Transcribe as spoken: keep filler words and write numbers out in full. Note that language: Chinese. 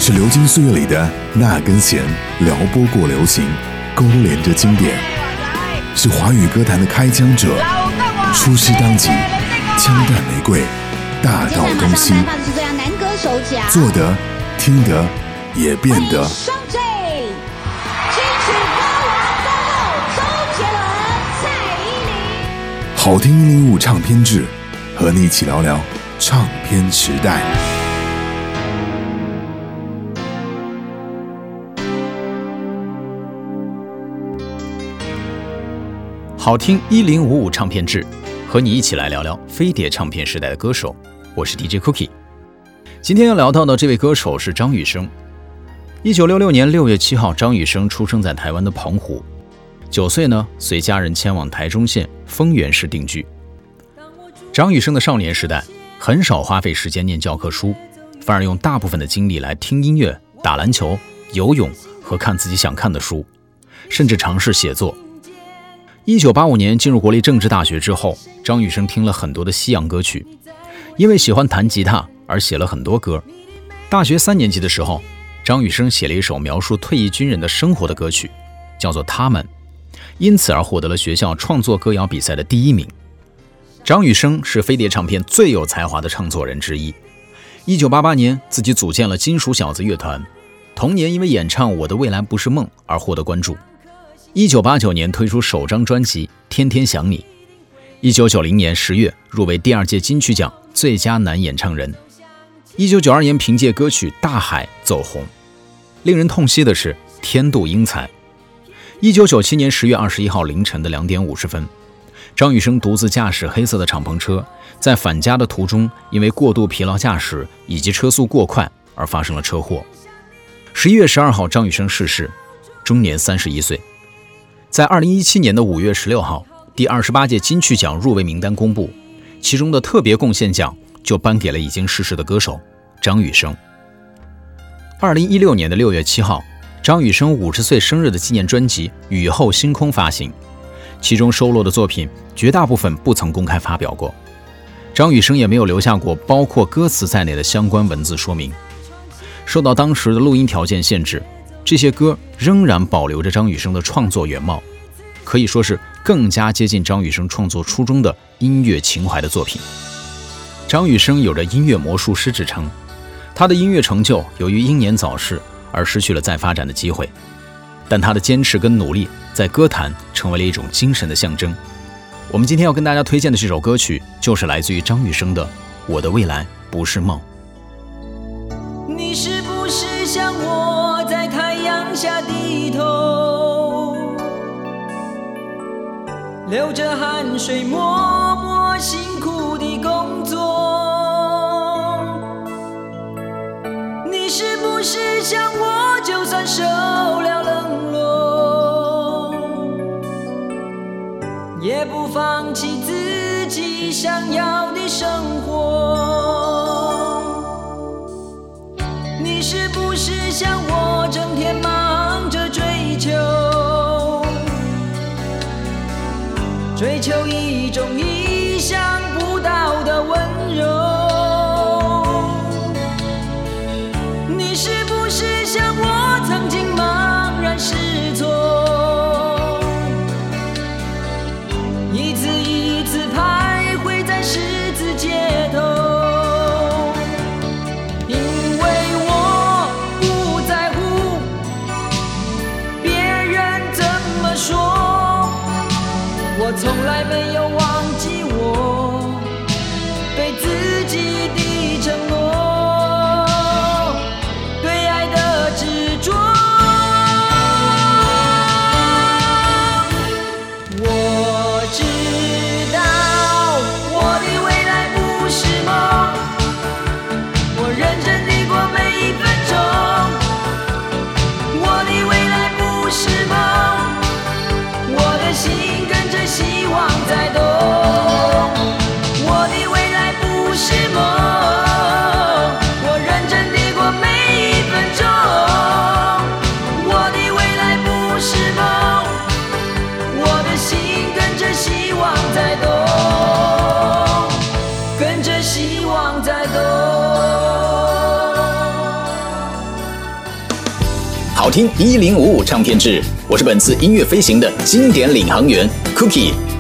是流金岁月里的那根弦，撩拨过流行，勾连着经典。是华语歌坛的开疆者，出师当即，枪弹玫瑰，大道东西，做得听得也变得。好听一零五唱片志，和你一起聊聊唱片时代。 好听一零五五唱片志，和你一起来聊聊飞碟唱片时代的歌手。我是 D J Cookie。今天要聊到的这位歌手是张雨生。一九六六年六月七号，张雨生出生在台湾的澎湖。九岁呢，随家人迁往台中县丰原市定居。张雨生的少年时代很少花费时间念教科书，反而用大部分的精力来听音乐、打篮球、游泳和看自己想看的书，甚至尝试写作。一九八五年进入国立政治大学之后，张雨生听了很多的西洋歌曲，因为喜欢弹吉他而写了很多歌。大学三年级的时候，张雨生写了一首描述退役军人的生活的歌曲，叫做《他们》，因此而获得了学校创作歌谣比赛的第一名。张雨生是飞碟唱片最有才华的唱作人之一。一九八八年，自己组建了金属小子乐团，同年因为演唱《我的未来不是梦》而获得关注。一九八九年推出首张专辑《天天想你》。一九九零年十月入围第二届金曲奖最佳男演唱人。一九九二年凭借歌曲《大海》走红。令人痛惜的是，天妒英才。一九九七年十月二十一号凌晨的两点五十分，张雨生独自驾驶黑色的敞篷车，在返家的途中，因为过度疲劳驾驶以及车速过快而发生了车祸。十一月十二号，张雨生逝世，终年三十一岁。在二零一七年的五月十六号，第二十八届金曲奖入围名单公布，其中的特别贡献奖就颁给了已经逝世的歌手张雨生。二零一六年的六月七号，张雨生五十岁生日的纪念专辑《雨后星空》发行，其中收录的作品绝大部分不曾公开发表过，张雨生也没有留下过包括歌词在内的相关文字说明。受到当时的录音条件限制，这些歌仍然保留着张雨生的创作原貌，可以说是更加接近张雨生创作初衷的音乐情怀的作品。张雨生有着音乐魔术师之称，他的音乐成就由于英年早逝而失去了再发展的机会，但他的坚持跟努力在歌坛成为了一种精神的象征。我们今天要跟大家推荐的这首歌曲就是来自于张雨生的《我的未来不是梦》。 你是不是像我在太阳下低头，流着汗水默默辛苦地工作？你是不是像我就算受了冷落，也不放弃自己想要的生活？你是不是像我整天忙着追求，追求一种意想不到的温柔？你是不是像我曾经茫然失措，一次一次徘徊在十字街头？我从来没有忘记我对自己的承诺，对爱的执着。我知道我的未来不是梦，我认真地过每一分钟。我的未来不是梦，我的心跟着希望在动。 好听一零五五唱片志，我是本次音乐飞行的经典领航员 Cookie。